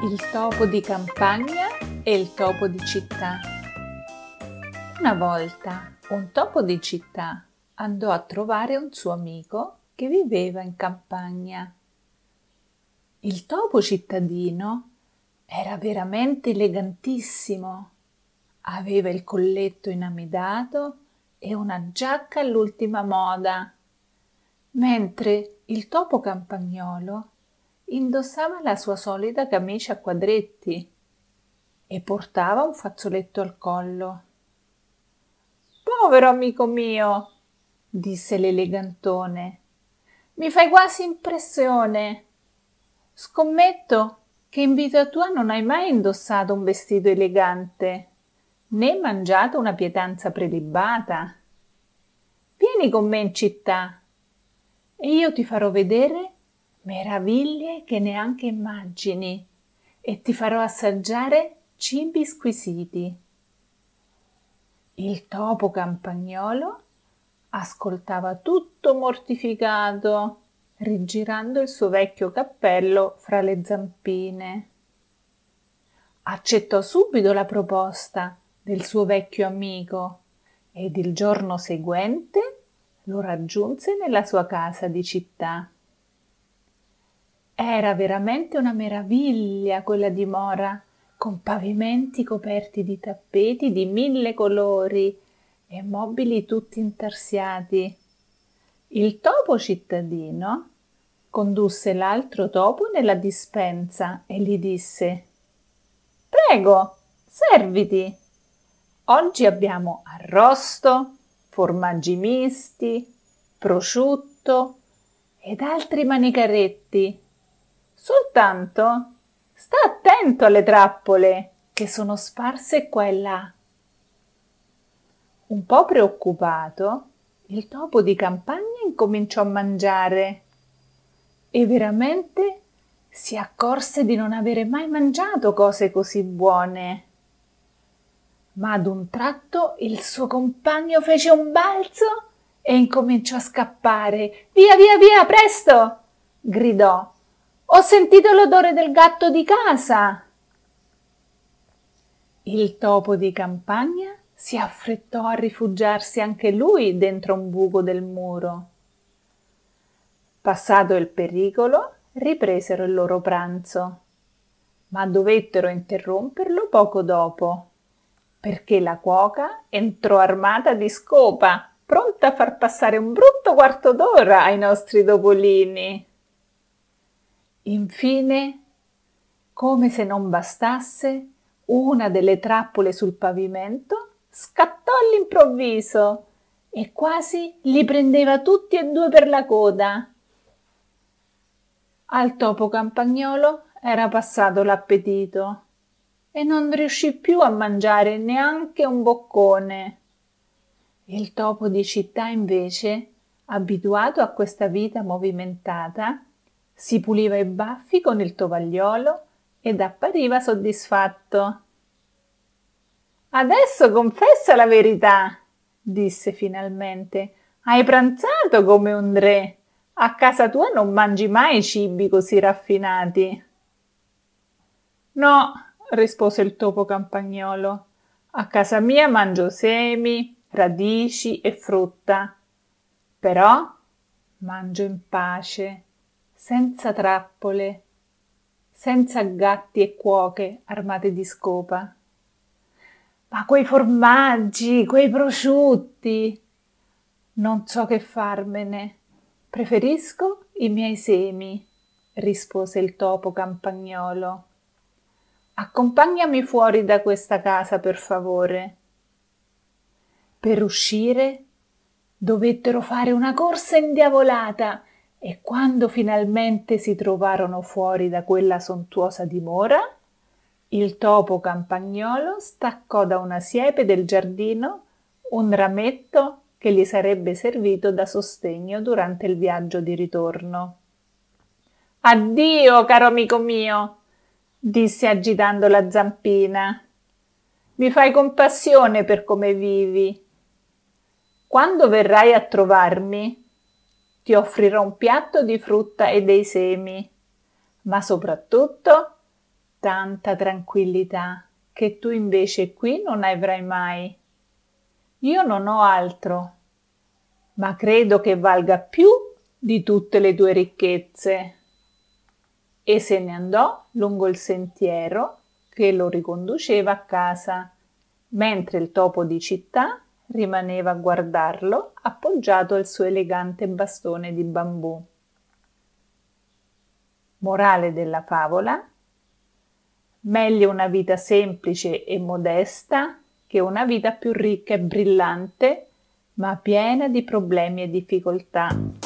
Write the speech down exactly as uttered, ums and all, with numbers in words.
Il topo di campagna e il topo di città. Una volta un topo di città andò a trovare un suo amico che viveva in campagna. Il topo cittadino era veramente elegantissimo. Aveva il colletto inamidato e una giacca all'ultima moda, mentre il topo campagnolo indossava la sua solita camicia a quadretti e portava un fazzoletto al collo. «Povero amico mio», disse l'elegantone, «mi fai quasi impressione. Scommetto che in vita tua non hai mai indossato un vestito elegante, né mangiato una pietanza prelibata. Vieni con me in città e io ti farò vedere meraviglie che neanche immagini e ti farò assaggiare cibi squisiti». Il topo campagnolo ascoltava tutto mortificato, rigirando il suo vecchio cappello fra le zampine. Accettò subito la proposta del suo vecchio amico ed il giorno seguente lo raggiunse nella sua casa di città. Era veramente una meraviglia quella dimora, con pavimenti coperti di tappeti di mille colori e mobili tutti intarsiati. Il topo cittadino condusse l'altro topo nella dispensa e gli disse: «Prego, serviti. Oggi abbiamo arrosto, formaggi misti, prosciutto ed altri manicaretti. Soltanto sta attento alle trappole che sono sparse qua e là». Un po' preoccupato, il topo di campagna incominciò a mangiare e veramente si accorse di non avere mai mangiato cose così buone. Ma ad un tratto il suo compagno fece un balzo e incominciò a scappare. «Via, via, via, presto!» gridò. «Ho sentito l'odore del gatto di casa!» Il topo di campagna si affrettò a rifugiarsi anche lui dentro un buco del muro. Passato il pericolo, ripresero il loro pranzo, ma dovettero interromperlo poco dopo, perché la cuoca entrò armata di scopa, pronta a far passare un brutto quarto d'ora ai nostri topolini. Infine, come se non bastasse, una delle trappole sul pavimento scattò all'improvviso e quasi li prendeva tutti e due per la coda. Al topo campagnolo era passato l'appetito e non riuscì più a mangiare neanche un boccone. Il topo di città, invece, abituato a questa vita movimentata, si puliva i baffi con il tovagliolo ed appariva soddisfatto. «Adesso confessa la verità», disse finalmente. «Hai pranzato come un re. A casa tua non mangi mai cibi così raffinati». «No», rispose il topo campagnolo, «a casa mia mangio semi, radici e frutta. Però mangio in pace, senza trappole, senza gatti e cuoche armate di scopa. Ma quei formaggi, quei prosciutti, non so che farmene. Preferisco i miei semi», rispose il topo campagnolo. «Accompagnami fuori da questa casa, per favore». Per uscire dovettero fare una corsa indiavolata e quando finalmente si trovarono fuori da quella sontuosa dimora, il topo campagnolo staccò da una siepe del giardino un rametto che gli sarebbe servito da sostegno durante il viaggio di ritorno. «Addio, caro amico mio», disse agitando la zampina. «Mi fai compassione per come vivi. Quando verrai a trovarmi, ti offrirò un piatto di frutta e dei semi, ma soprattutto tanta tranquillità che tu invece qui non avrai mai. Io non ho altro, ma credo che valga più di tutte le tue ricchezze. E se ne andò lungo il sentiero che lo riconduceva a casa, mentre il topo di città rimaneva a guardarlo appoggiato al suo elegante bastone di bambù. Morale della favola: meglio una vita semplice e modesta che una vita più ricca e brillante, ma piena di problemi e difficoltà.